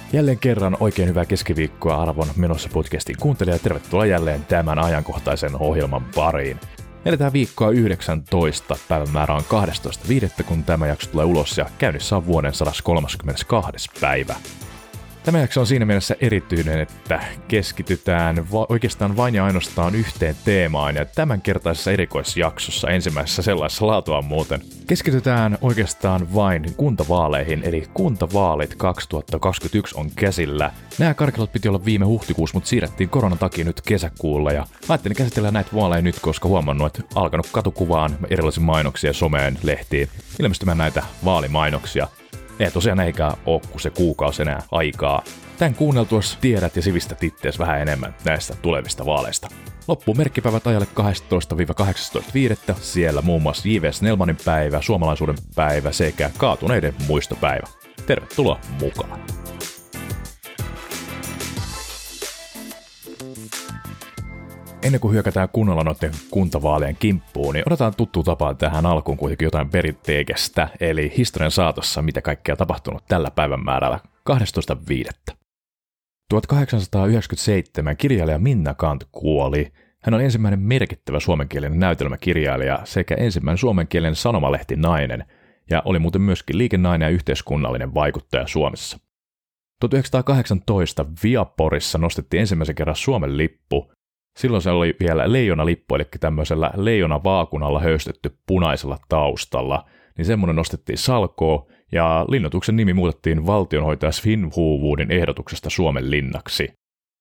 Jälleen kerran oikein hyvää keskiviikkoa arvon menossa podcastin kuuntelija ja tervetuloa jälleen tämän ajankohtaisen ohjelman pariin. Eletään viikkoa 19, päivän määrä on 12.5. kun tämä jakso tulee ulos ja käynnissä on vuoden 132. päivä. Tämä jakso on siinä mielessä erityinen, että keskitytään oikeastaan vain ja ainoastaan yhteen teemaan ja tämänkertaisessa erikoisjaksossa ensimmäisessä sellaisessa laatua muuten keskitytään oikeastaan vain kuntavaaleihin, eli kuntavaalit 2021 on käsillä. Nämä karkelat piti olla viime huhtikuussa, mutta siirrettiin koronan takia nyt kesäkuulla ja ajattelin käsitellä näitä vaaleja nyt, koska huomannut, että alkanut katukuvaan erilaisia mainoksia someen, lehtiin ilmestymään näitä vaalimainoksia. Ei tosiaan eikä ole kuin se kuukausi enää aikaa. Tän kuunneltuas tiedät ja sivistät ittees vähän enemmän näistä tulevista vaaleista. Loppuu merkkipäivät ajalle 12-18.5. Siellä muun muassa J.V. Snellmanin päivä, suomalaisuuden päivä sekä kaatuneiden muistopäivä. Tervetuloa mukaan! Ennen kuin hyökätään kunnolla noiden kuntavaalien kimppuun, niin otetaan tuttuun tapaan tähän alkuun kuitenkin jotain perinteikästä, eli historian saatossa, mitä kaikkea on tapahtunut tällä päivänmäärällä 12.5. 1897 kirjailija Minna Canth kuoli. Hän on ensimmäinen merkittävä suomenkielinen näytelmäkirjailija sekä ensimmäinen suomenkielinen sanomalehtinainen, ja oli muuten myöskin liikennainen ja yhteiskunnallinen vaikuttaja Suomessa. 1918 Viaporissa nostettiin ensimmäisen kerran Suomen lippu. Silloin se oli vielä leijonalippu, eli tämmöisellä leijonavaakunalla höystetty punaisella taustalla, niin semmoinen nostettiin salkoon, ja linnoituksen nimi muutettiin valtionhoitaja Svinhufvudin ehdotuksesta Suomen linnaksi.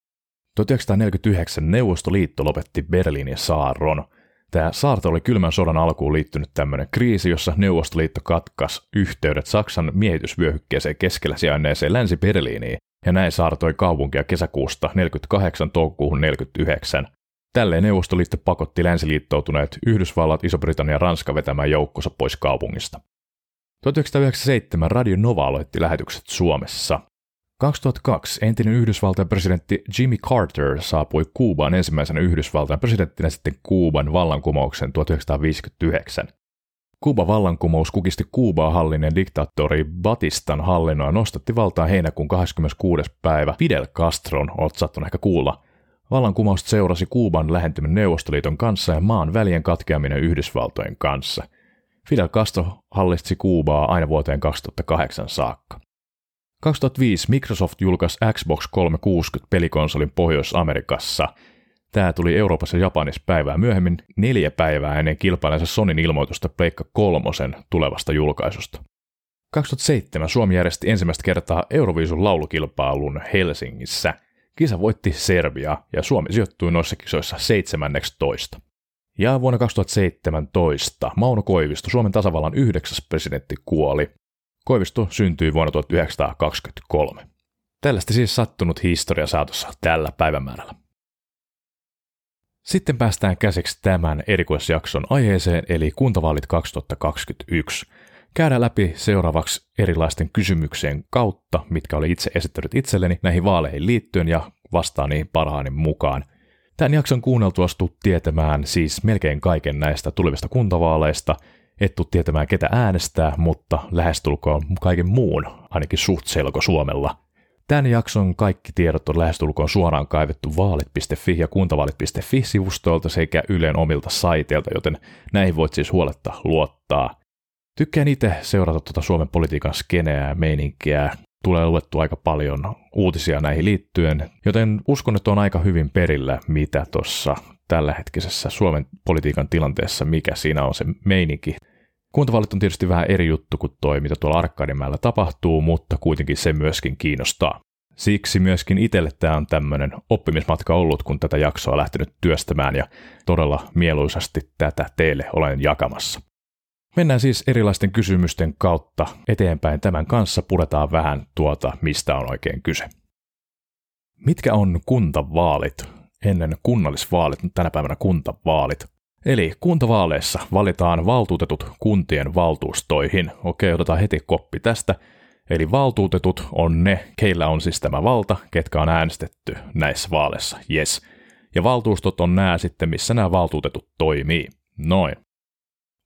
1949 Neuvostoliitto lopetti Berliinin saarron. Tämä saarto oli kylmän sodan alkuun liittynyt tämmöinen kriisi, jossa Neuvostoliitto katkaisi yhteydet Saksan miehitysvyöhykkeeseen keskellä sijainneeseen Länsi-Berliiniin, ja näin saartoi kaupunkia kesäkuusta 1948 toukokuuhun 1949. Tälleen Neuvostoliitto pakotti länsiliittoutuneet Yhdysvallat, Iso-Britannia ja Ranska vetämään joukkonsa pois kaupungista. 1997 Radio Nova aloitti lähetykset Suomessa. 2002 entinen Yhdysvaltain presidentti Jimmy Carter saapui Kuubaan ensimmäisenä Yhdysvaltain presidenttinä sitten Kuuban vallankumouksen 1959. Kuuban vallankumous kukisti Kuubaa hallinneen diktaattori Batistan hallinnon ja nostatti valtaan heinäkuun 26. päivä Fidel Castron, olet saattanut ehkä kuulla. Vallankumousta seurasi Kuuban lähentyminen Neuvostoliiton kanssa ja maan välien katkeaminen Yhdysvaltojen kanssa. Fidel Castro hallitsi Kuubaa aina vuoteen 2008 saakka. 2005 Microsoft julkaisi Xbox 360 pelikonsolin Pohjois-Amerikassa. Tämä tuli Euroopassa ja Japanissa päivää myöhemmin, 4 päivää ennen kilpailijansa Sonyn ilmoitusta Pleikka 3 tulevasta julkaisusta. 2007 Suomi järjesti ensimmäistä kertaa Euroviisun laulukilpailun Helsingissä. Kisa voitti Serbia ja Suomi sijoittui noissa kisoissa 17. Ja vuonna 2017 Mauno Koivisto, Suomen tasavallan 9. presidentti, kuoli. Koivisto syntyi vuonna 1923. Tällaista siis sattunut historia saatossa tällä päivämäärällä. Sitten päästään käsiksi tämän erikoisjakson aiheeseen, eli kuntavaalit 2021. Käydään läpi seuraavaksi erilaisten kysymyksien kautta, mitkä oli itse esittänyt itselleni näihin vaaleihin liittyen ja vastaan niihin parhaani mukaan. Tämän jakson kuunneltua tulet tietämään siis melkein kaiken näistä tulevista kuntavaaleista, et tule tietämään ketä äänestää, mutta lähestulkoon kaiken muun, ainakin suht selko Suomella. Tämän jakson kaikki tiedot on lähestulkoon suoraan kaivettu vaalit.fi ja kuntavaalit.fi-sivustoilta sekä Ylen omilta saiteilta, joten näihin voit siis huoletta luottaa. Tykkään itse seurata tuota Suomen politiikan skeneä ja meininkiä. Tulee luettu aika paljon uutisia näihin liittyen, joten uskon, että on aika hyvin perillä, mitä tuossa tällähetkisessä Suomen politiikan tilanteessa, mikä siinä on se meininki. Kuntavaalit on tietysti vähän eri juttu kuin toi, mitä tuolla Arkadianmäellä tapahtuu, mutta kuitenkin se myöskin kiinnostaa. Siksi myöskin itselle tämä on tämmöinen oppimismatka ollut, kun tätä jaksoa on lähtenyt työstämään ja todella mieluisasti tätä teille olen jakamassa. Mennään siis erilaisten kysymysten kautta eteenpäin. Tämän kanssa puretaan vähän mistä on oikein kyse. Mitkä on kuntavaalit? Ennen kunnallisvaalit, mutta tänä päivänä kuntavaalit. Eli kuntavaaleissa valitaan valtuutetut kuntien valtuustoihin. Okei, otetaan heti koppi tästä. Eli valtuutetut on ne, keillä on siis tämä valta, ketkä on äänestetty näissä vaaleissa. Yes. Ja valtuustot on nämä sitten, missä nämä valtuutetut toimii. Noin.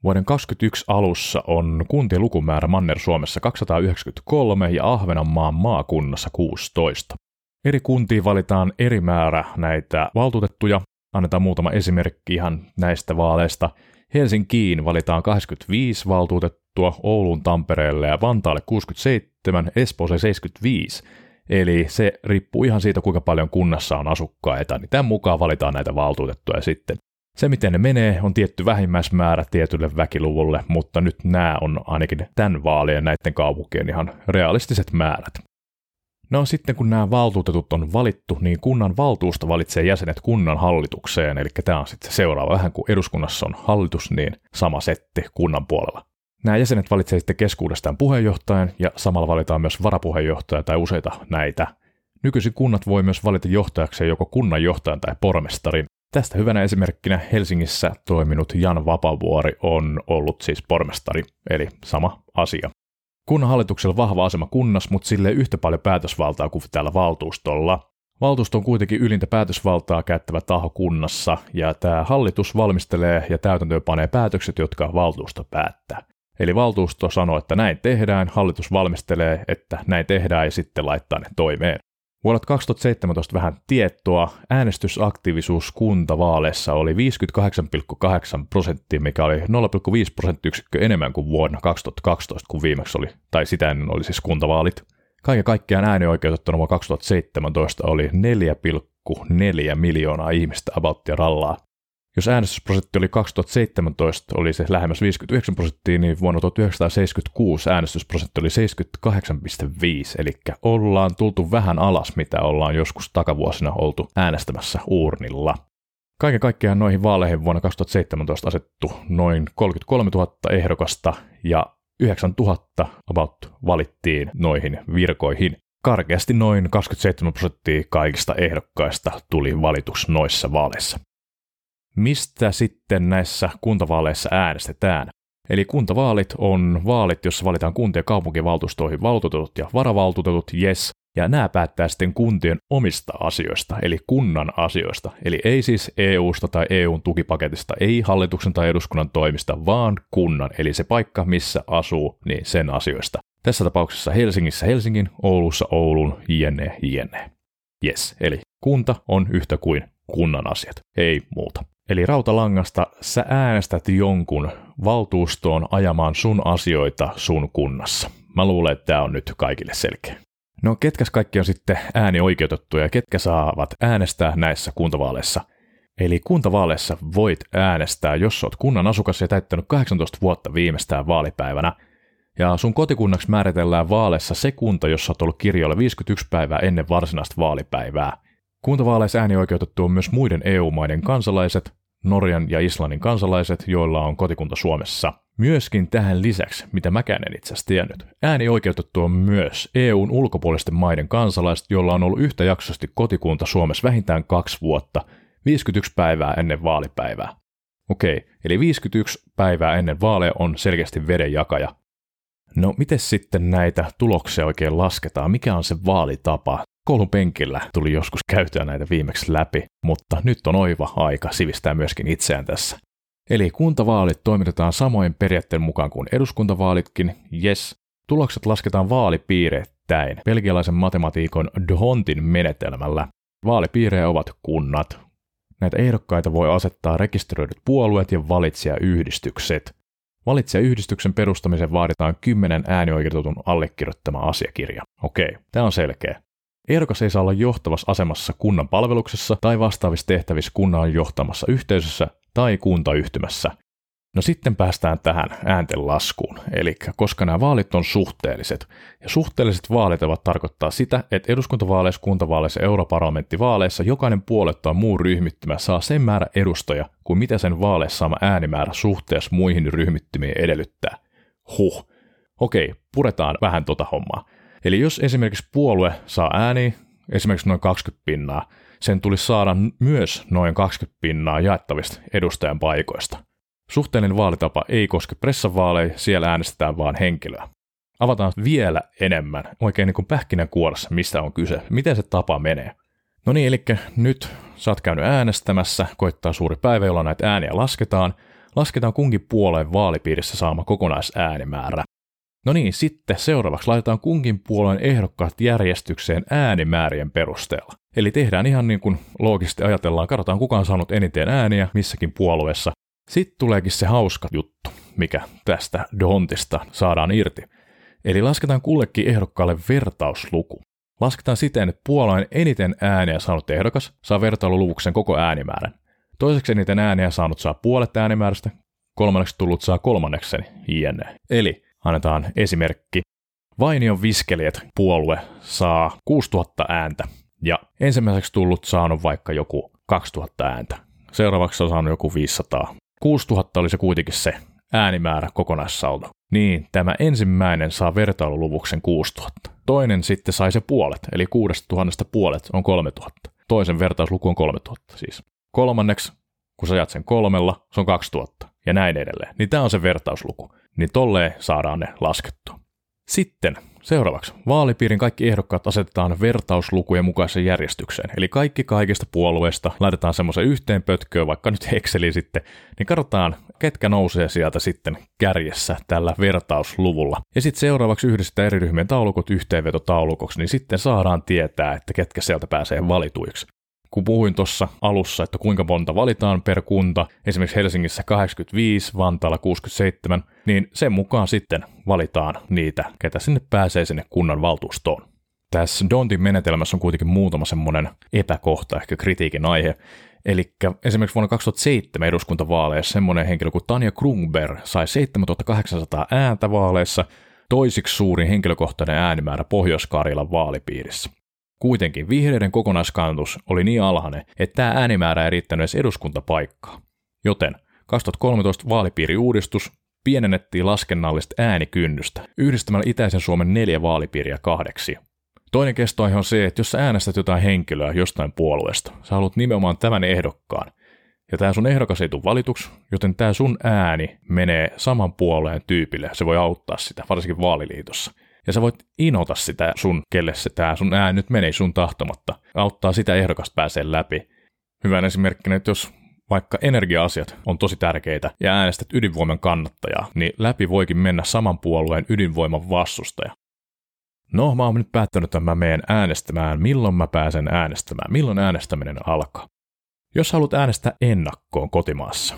Vuoden 2021 alussa on kuntien lukumäärä Manner-Suomessa 293 ja Ahvenanmaan maakunnassa 16. Eri kuntiin valitaan eri määrä näitä valtuutettuja. Annetaan muutama esimerkki ihan näistä vaaleista. Helsinkiin valitaan 85 valtuutettua, Ouluun, Tampereelle ja Vantaalle 67, Espooseen 75. Eli se riippuu ihan siitä, kuinka paljon kunnassa on asukkaita, niin tämän mukaan valitaan näitä valtuutettuja sitten. Se, miten ne menee, on tietty vähimmäismäärä tietylle väkiluvulle, mutta nyt nämä on ainakin tämän vaalien näiden kaupunkien ihan realistiset määrät. No sitten kun nämä valtuutetut on valittu, niin kunnan valtuusto valitsee jäsenet kunnan hallitukseen, eli tämä on sitten seuraava vähän kuin eduskunnassa on hallitus, niin sama setti kunnan puolella. Nämä jäsenet valitsee sitten keskuudestaan puheenjohtajan ja samalla valitaan myös varapuheenjohtaja tai useita näitä. Nykyisin kunnat voi myös valita johtajakseen joko kunnanjohtajan tai pormestarin. Tästä hyvänä esimerkkinä Helsingissä toiminut Jan Vapavuori on ollut siis pormestari, eli sama asia. Kunnan hallituksella vahva asema kunnassa, mutta sille ei yhtä paljon päätösvaltaa kuin täällä valtuustolla. Valtuusto on kuitenkin ylintä päätösvaltaa käyttävä taho kunnassa, ja tämä hallitus valmistelee ja täytäntöönpanee päätökset, jotka valtuusto päättää. Eli valtuusto sanoo, että näin tehdään, hallitus valmistelee, että näin tehdään ja sitten laittaa ne toimeen. Vuodelta 2017 vähän tietoa, äänestysaktiivisuus kuntavaaleissa oli 58,8%, mikä oli 0,5% enemmän kuin vuonna 2012, kun viimeksi oli, tai sitä ennen oli siis kuntavaalit. Kaiken kaikkiaan äänioikeutettuna vuonna 2017 oli 4,4 miljoonaa ihmistä about ja rallaa. Jos äänestysprosentti oli 2017, oli se lähemmäs 59%, niin vuonna 1976 äänestysprosentti oli 78,5, eli ollaan tultu vähän alas, mitä ollaan joskus takavuosina oltu äänestämässä uurnilla. Kaiken kaikkiaan noihin vaaleihin vuonna 2017 asettu noin 33 000 ehdokasta ja 9 000 about valittiin noihin virkoihin. Karkeasti noin 27% kaikista ehdokkaista tuli valituksi noissa vaaleissa. Mistä sitten näissä kuntavaaleissa äänestetään? Eli kuntavaalit on vaalit, jossa valitaan kuntien ja kaupunkivaltuustoihin valtuutetut ja varavaltuutetut, yes, ja nämä päättää sitten kuntien omista asioista, eli kunnan asioista. Eli ei siis EUsta tai EUn tukipaketista, ei hallituksen tai eduskunnan toimista, vaan kunnan, eli se paikka, missä asuu, niin sen asioista. Tässä tapauksessa Helsingissä Helsingin, Oulussa Oulun, jne, jne. Yes, eli kunta on yhtä kuin kunnan asiat, ei muuta. Eli rautalangasta sä äänestät jonkun valtuustoon ajamaan sun asioita sun kunnassa. Mä luulen, että tää on nyt kaikille selkeä. No ketkäs kaikki on sitten äänioikeutettuja ja ketkä saavat äänestää näissä kuntavaaleissa? Eli kuntavaaleissa voit äänestää, jos oot kunnan asukas ja täyttänyt 18 vuotta viimeistään vaalipäivänä. Ja sun kotikunnaksi määritellään vaaleissa se kunta, jossa oot ollut kirjoilla 51 päivää ennen varsinaista vaalipäivää. Kuntavaaleissa äänioikeutettu on myös muiden EU-maiden kansalaiset, Norjan ja Islannin kansalaiset, joilla on kotikunta Suomessa. Myöskin tähän lisäksi, mitä mäkään en itse asiassa tiennyt, äänioikeutettu on myös EUn ulkopuolisten maiden kansalaiset, joilla on ollut yhtäjaksoisesti kotikunta Suomessa vähintään 2 vuotta, 51 päivää ennen vaalipäivää. Okei, eli 51 päivää ennen vaaleja on selkeästi vedenjakaja. No, miten sitten näitä tuloksia oikein lasketaan? Mikä on se vaalitapa? Koulun penkillä tuli joskus käytyä näitä viimeksi läpi, mutta nyt on oiva aika sivistää myöskin itseään tässä. Eli kuntavaalit toimitetaan samoin periaatteen mukaan kuin eduskuntavaalitkin, yes. Tulokset lasketaan vaalipiireittäin belgialaisen matematiikon D'Hondtin menetelmällä. Vaalipiirejä ovat kunnat. Näitä ehdokkaita voi asettaa rekisteröidyt puolueet ja valitsijayhdistykset. Valitsijayhdistyksen perustamiseen vaaditaan 10 äänioikeutetun allekirjoittama asiakirja. Okei, tämä on selkeä. Ehdokas ei saa olla johtavassa asemassa kunnan palveluksessa tai vastaavissa tehtävissä kunnan johtamassa yhteisössä tai kuntayhtymässä. No sitten päästään tähän äänten laskuun, eli koska nämä vaalit on suhteelliset, ja suhteelliset vaalit ovat tarkoittaa sitä, että eduskuntavaaleissa, kuntavaaleissa ja europarlamenttivaaleissa jokainen puolue tai muu ryhmittymä saa sen määrä edustajia, kuin mitä sen vaaleissa saama äänimäärä suhteessa muihin ryhmittymiin edellyttää. Okei, puretaan vähän tota hommaa. Eli jos esimerkiksi puolue saa ääniä, esimerkiksi noin 20 pinnaa, sen tulisi saada myös noin 20 pinnaa jaettavista edustajan paikoista. Suhteellinen vaalitapa ei koske pressavaaleja, siellä äänestetään vaan henkilöä. Avataan vielä enemmän, oikein niin kuin pähkinänkuoressa, mistä on kyse, miten se tapa menee. No niin, eli nyt sä oot käynyt äänestämässä, koittaa suuri päivä, jolla näitä ääniä lasketaan. lasketaan kunkin puolueen vaalipiirissä saama kokonaisäänimäärä. No niin, sitten seuraavaksi laitetaan kunkin puolueen ehdokkaat järjestykseen äänimäärien perusteella. Eli tehdään ihan niin kuin loogisesti ajatellaan, katsotaan kuka on saanut eniten ääniä missäkin puolueessa. Sitten tuleekin se hauska juttu, mikä tästä Dontista saadaan irti. Eli lasketaan kullekin ehdokkaalle vertausluku. Lasketaan siten, että puolueen eniten ääniä saanut ehdokas saa vertailuluvuksen koko äänimäärän. Toiseksi eniten ääniä saanut saa puolet äänimäärästä, kolmanneksi tullut saa kolmanneksen, jne. Eli annetaan esimerkki. Vainion viskelijät puolue saa 6000 ääntä ja ensimmäiseksi tullut saanut vaikka joku 2000 ääntä. Seuraavaksi on saanut joku 500. 6000 oli se kuitenkin se äänimäärä kokonaissaldo. Niin, tämä ensimmäinen saa vertailuluvuksen 6000. Toinen sitten sai se puolet, eli 6000 puolet on 3000. Toisen vertausluku on 3000 siis. Kolmanneksi, kun sä ajat sen 3, se on 2000 ja näin edelleen. Niin tämä on se vertausluku. Niin tolleen saadaan ne laskettua. Sitten seuraavaksi vaalipiirin kaikki ehdokkaat asetetaan vertauslukujen mukaiseen järjestykseen. Eli kaikki kaikista puolueista laitetaan semmoisen yhteen pötköön, vaikka nyt Exceliin sitten, niin katsotaan, ketkä nousee sieltä sitten kärjessä tällä vertausluvulla. Ja sitten seuraavaksi yhdistetään eri ryhmien taulukot yhteenvetotaulukoksi, niin sitten saadaan tietää, että ketkä sieltä pääsee valituiksi. Kun puhuin tuossa alussa, että kuinka monta valitaan per kunta, esimerkiksi Helsingissä 85, Vantaalla 67, niin sen mukaan sitten valitaan niitä, ketä sinne pääsee sinne kunnan valtuustoon. Tässä Dontin menetelmässä on kuitenkin muutama semmoinen epäkohta, ehkä kritiikin aihe. Eli esimerkiksi vuonna 2007 eduskuntavaaleissa semmoinen henkilö kuin Tanja Kruunberg sai 7800 ääntä vaaleissa, toisiksi suurin henkilökohtainen äänimäärä Pohjois-Karjalan vaalipiirissä. Kuitenkin vihreiden kokonaiskannatus oli niin alhainen, että tämä äänimäärä ei riittänyt edes eduskuntapaikkaa. Joten 2013 vaalipiiriuudistus pienennettiin laskennallista äänikynnystä yhdistämällä itäisen Suomen 4 vaalipiiriä 2. Toinen kestoaihe on se, että jos sä äänestät jotain henkilöä jostain puolueesta, sä haluat nimenomaan tämän ehdokkaan. Ja tämä sun ehdokas ei tule valituksi, joten tämä sun ääni menee saman puolueen tyypille. Se voi auttaa sitä, varsinkin vaaliliitossa. Ja sä voit inota sitä kelle se tää sun ääni nyt menee sun tahtomatta. Auttaa sitä ehdokasta pääsee läpi. Hyvän esimerkkinä, että jos vaikka energia-asiat on tosi tärkeitä ja äänestät ydinvoiman kannattajaa, niin läpi voikin mennä saman puolueen ydinvoiman vastustaja. No, mä oon nyt päättänyt, että mä menen äänestämään, milloin mä pääsen äänestämään, milloin äänestäminen alkaa. Jos haluat äänestää ennakkoon kotimaassa,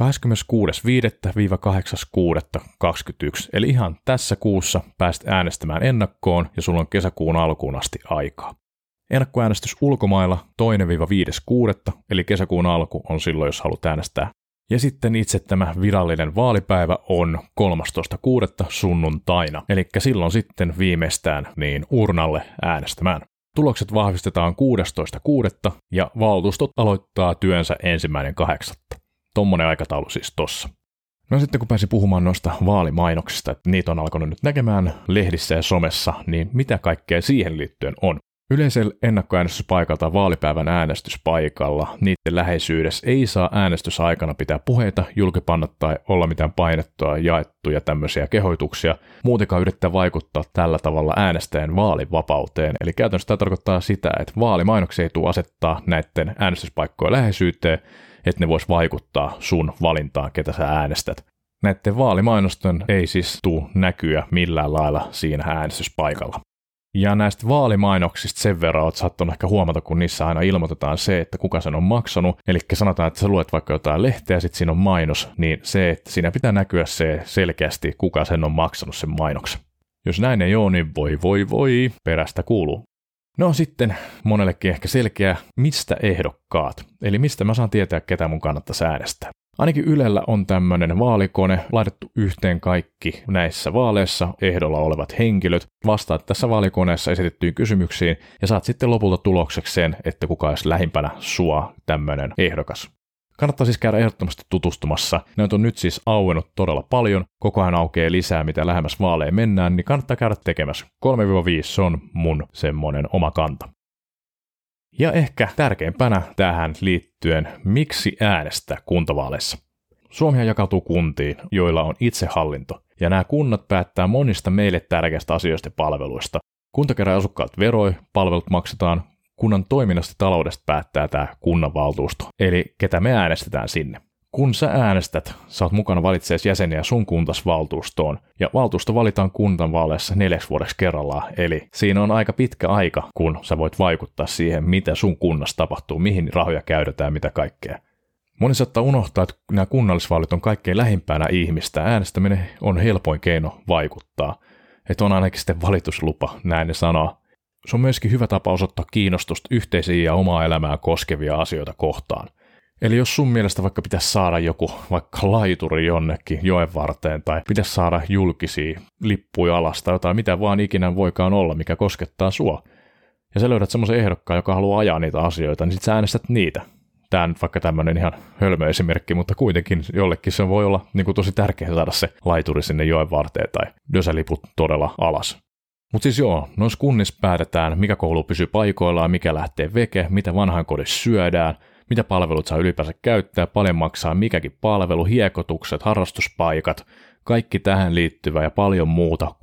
26.5.–8.6.21, eli ihan tässä kuussa pääset äänestämään ennakkoon ja sulla on kesäkuun alkuun asti aikaa. Ennakkoäänestys ulkomailla 2.–5.6., eli kesäkuun alku on silloin, jos haluat äänestää. Ja sitten itse tämä virallinen vaalipäivä on 13.6. sunnuntaina, eli silloin sitten viimeistään niin urnalle äänestämään. Tulokset vahvistetaan 16.6. ja valtuustot aloittaa työnsä 1.8. Tommonen aikataulu siis tossa. No sitten kun pääsin puhumaan noista vaalimainoksista, että niitä on alkanut nyt näkemään lehdissä ja somessa, niin mitä kaikkea siihen liittyen on? Yleisellä ennakkoäänestyspaikalta vaalipäivän äänestyspaikalla niiden läheisyydessä ei saa äänestysaikana pitää puheita, julkipanna tai olla mitään painettua, jaettuja tämmöisiä kehoituksia. Muutenkaan yrittää vaikuttaa tällä tavalla äänestäjän vaalivapauteen. Eli käytännössä tämä tarkoittaa sitä, että vaalimainoksia ei tule asettaa näiden äänestyspaikkojen läheisyyteen, että ne vois vaikuttaa sun valintaan, ketä sä äänestät. Näiden vaalimainosten ei siis tule näkyä millään lailla siinä äänestyspaikalla. Ja näistä vaalimainoksista sen verran olet saattanut ehkä huomata, kun niissä aina ilmoitetaan se, että kuka sen on maksanut. Eli sanotaan, että sä luet vaikka jotain lehteä ja sitten siinä on mainos, niin se, että siinä pitää näkyä se selkeästi, kuka sen on maksanut sen mainoksen. Jos näin ei ole, niin voi, perästä kuuluu. No sitten monellekin ehkä selkeä, mistä ehdokkaat, eli mistä mä saan tietää, ketä mun kannattaisi äänestää. Ainakin Ylellä on tämmöinen vaalikone, laitettu yhteen kaikki näissä vaaleissa ehdolla olevat henkilöt. Vastaat tässä vaalikoneessa esitettyihin kysymyksiin ja saat sitten lopulta tulokseksi sen, että kuka olisi lähimpänä sua tämmöinen ehdokas. Kannattaa siis käydä ehdottomasti tutustumassa. Ne on nyt siis auennut todella paljon. Koko ajan aukeaa lisää, mitä lähemmäs vaaleja mennään, niin kannattaa käydä tekemässä. 3-5 se on mun semmoinen oma kanta. Ja ehkä tärkeimpänä tähän liittyen, miksi äänestää kuntavaaleissa. Suomihan jakautuu kuntiin, joilla on itsehallinto, ja nämä kunnat päättää monista meille tärkeistä asioista ja palveluista. Kunta kerää asukkaat veroi, palvelut maksetaan, kunnan toiminnasta taloudesta päättää tämä kunnanvaltuusto, eli ketä me äänestetään sinne. Kun sä äänestät, sä oot mukana valitseessa jäseniä sun kuntasvaltuustoon, ja valtuusto valitaan kuntavaaleissa 4 vuodeksi kerrallaan, eli siinä on aika pitkä aika, kun sä voit vaikuttaa siihen, mitä sun kunnassa tapahtuu, mihin rahoja käytetään, mitä kaikkea. Moni saattaa unohtaa, että nämä kunnallisvaalit on kaikkein lähimpänä ihmistä. Äänestäminen on helpoin keino vaikuttaa. Että on ainakin sitten valituslupa, näin ne sanoo. Se on myöskin hyvä tapa osoittaa kiinnostusta yhteisiä ja omaa elämää koskevia asioita kohtaan. Eli jos sun mielestä vaikka pitäisi saada joku vaikka laituri jonnekin joen varteen tai pitäisi saada julkisia lippuja alas tai jotain, mitä vaan ikinä voikaan olla, mikä koskettaa sua. Ja sä löydät semmoisen ehdokkaan, joka haluaa ajaa niitä asioita, niin sit sä äänestät niitä. Tämä on vaikka tämmöinen ihan hölmö esimerkki, mutta kuitenkin jollekin se voi olla niin kuin tosi tärkeää saada se laituri sinne joen varteen tai dösäliput todella alas. Mutta siis joo, noissa kunnissa päätetään, mikä koulu pysyy paikoillaan, mikä lähtee veke, mitä vanhainkodissa syödään, mitä palvelut saa ylipäänsä käyttää, paljon maksaa mikäkin palvelu, hiekotukset, harrastuspaikat, kaikki tähän liittyvä ja paljon muuta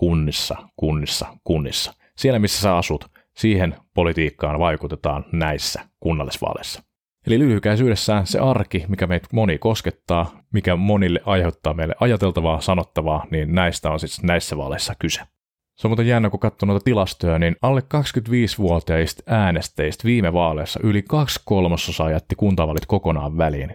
kunnissa. Siellä missä sä asut, siihen politiikkaan vaikutetaan näissä kunnallisvaaleissa. Eli lyhykäisyydessään se arki, mikä meitä moni koskettaa, mikä monille aiheuttaa meille ajateltavaa, sanottavaa, niin näistä on siis näissä vaaleissa kyse. Se on muuten jännä, kun katsoo noita tilastoja, niin alle 25-vuotiaista äänestäjistä viime vaaleissa yli 2/3 jätti kuntavaalit kokonaan väliin.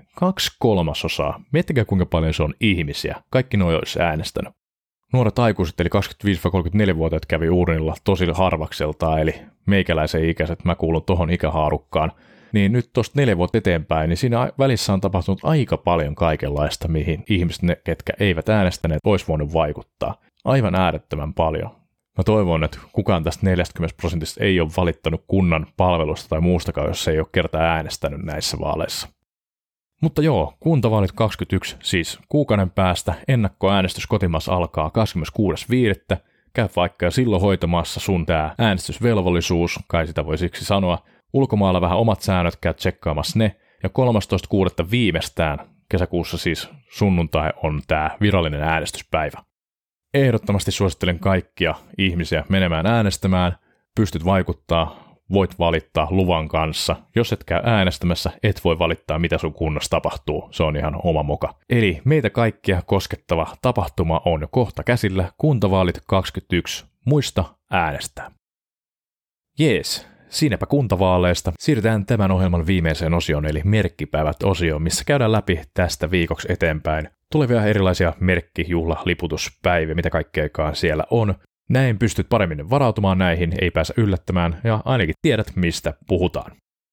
2/3. Miettikää kuinka paljon se on ihmisiä. Kaikki nuo olisi äänestänyt. Nuoret aikuiset eli 25-34-vuotiaat kävi urnilla tosi harvakseltaan, eli meikäläisen ikäiset, mä kuulun tohon ikähaarukkaan. Niin nyt tuosta 4 vuotta eteenpäin, niin siinä välissä on tapahtunut aika paljon kaikenlaista, mihin ihmiset, ne, ketkä eivät äänestäneet, olisi voinut vaikuttaa. Aivan äärettömän paljon. Mä toivon, että kukaan tästä 40% ei ole valittanut kunnan palvelusta tai muustakaan, jos se ei ole kertaa äänestänyt näissä vaaleissa. Mutta joo, kuntavaalit 21, siis kuukauden päästä, ennakkoäänestys kotimaassa alkaa 26.5. Käy vaikka silloin hoitamassa sun tää äänestysvelvollisuus, kai sitä voi siksi sanoa. Ulkomailla vähän omat säännöt, käy tsekkaamassa ne. Ja 13.6. viimeistään, kesäkuussa siis sunnuntai, on tää virallinen äänestyspäivä. Ehdottomasti suosittelen kaikkia ihmisiä menemään äänestämään. Pystyt vaikuttaa, voit valittaa luvan kanssa. Jos et käy äänestämässä, et voi valittaa, mitä sun kunnassa tapahtuu. Se on ihan oma moka. Eli meitä kaikkia koskettava tapahtuma on jo kohta käsillä. Kuntavaalit 21. Muista äänestää. Jees. Siinäpä kuntavaaleista. Siirrytään tämän ohjelman viimeiseen osioon, eli merkkipäivät-osioon, missä käydään läpi tästä viikoksi eteenpäin tulevia erilaisia merkkijuhlaliputuspäiviä, mitä kaikkeakaan siellä on. Näin pystyt paremmin varautumaan näihin, ei pääse yllättämään, ja ainakin tiedät, mistä puhutaan.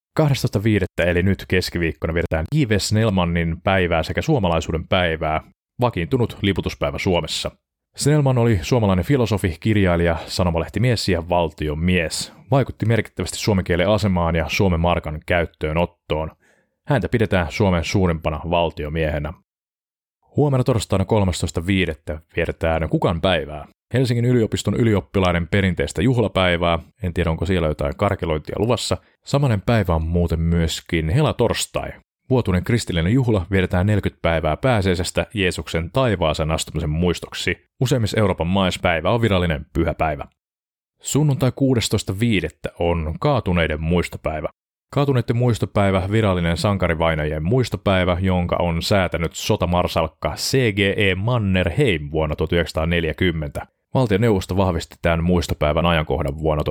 12.5. eli nyt keskiviikkona vietetään J.V. Snellmanin päivää sekä suomalaisuuden päivää, vakiintunut liputuspäivä Suomessa. Snellman oli suomalainen filosofi, kirjailija, sanomalehtimies ja valtiomies. Vaikutti merkittävästi suomen kielen asemaan ja Suomen markan käyttöönottoon. Häntä pidetään Suomen suurimpana valtiomiehenä. Huomenna torstaina 13.5. vietetään Kukan päivää. Helsingin yliopiston ylioppilaiden perinteistä juhlapäivää. En tiedä, onko siellä jotain karkelointia luvassa. Samainen päivä on muuten myöskin helatorstai. Vuotuinen kristillinen juhla vietetään 40 päivää pääsiäisestä Jeesuksen taivaaseen astumisen muistoksi. Useimmissa Euroopan maissa päivä on virallinen pyhäpäivä. Sunnuntai 16.5. on kaatuneiden muistopäivä. Kaatuneiden muistopäivä, virallinen sankarivainajien muistopäivä, jonka on säätänyt sotamarsalkka C.G.E. Mannerheim vuonna 1940. Valtioneuvosto vahvisti tämän muistopäivän ajankohdan vuonna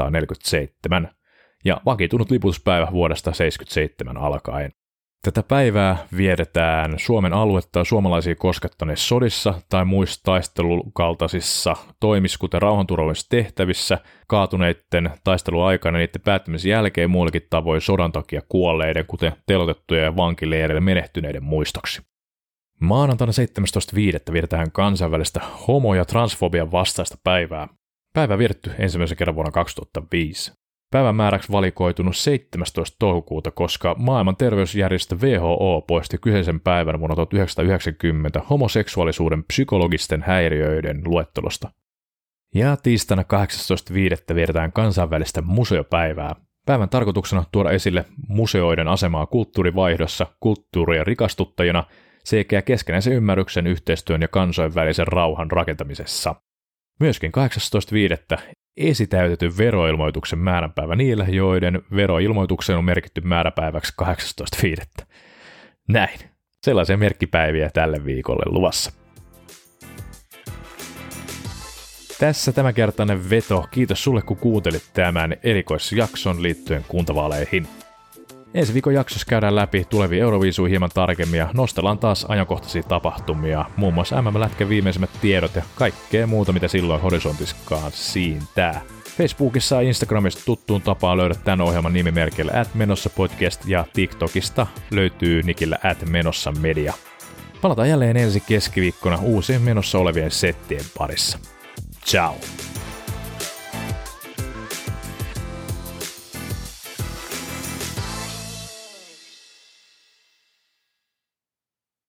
1947 ja vakiintunut liputuspäivä vuodesta 1977 alkaen. Tätä päivää vietetään Suomen aluetta suomalaisia koskettaneissa sodissa tai muissa taistelukaltaisissa toimissa, kuten rauhanturvallisuustehtävissä, kaatuneiden taisteluaikana ja niiden päättymisen jälkeen muillakin tavoin sodan takia kuolleiden, kuten telotettujen ja vankileireillä menehtyneiden muistoksi. Maanantaina 17.5. vietetään kansainvälistä homo- ja transfobian vastaista päivää. Päivä vietetty ensimmäisen kerran vuonna 2005. Päivän määräksi valikoitunut 17. toukokuuta, koska maailman terveysjärjestö WHO poisti kyseisen päivän vuonna 1990 homoseksuaalisuuden psykologisten häiriöiden luettelosta. Ja tiistaina 18.5. vietetään kansainvälistä museopäivää. Päivän tarkoituksena tuoda esille museoiden asemaa kulttuurivaihdossa, kulttuurien rikastuttajina sekä keskinäisen ymmärryksen, yhteistyön ja kansainvälisen rauhan rakentamisessa. Myöskin 18.5. esitäytetyn veroilmoituksen määränpäivä niillä, joiden veroilmoitukseen on merkitty määräpäiväksi 18.5. Näin. Sellaisia merkkipäiviä tälle viikolle luvassa. Tässä tämänkertainen veto. Kiitos sulle, kun kuuntelit tämän erikoisjakson liittyen kuntavaaleihin. Ensi viikon jaksossa käydään läpi tulevia Euroviisuja hieman tarkemmin ja nostellaan taas ajankohtaisia tapahtumia, muun muassa MM-lätkän viimeisimmät tiedot ja kaikkea muuta, mitä silloin horisontiskaan siintää. Facebookissa ja Instagramissa tuttuun tapaan löydät tämän ohjelman nimimerkillä @menossapodcast ja TikTokista löytyy nikillä @menossamedia. Palataan jälleen ensi keskiviikkona uusien menossa olevien settien parissa. Ciao!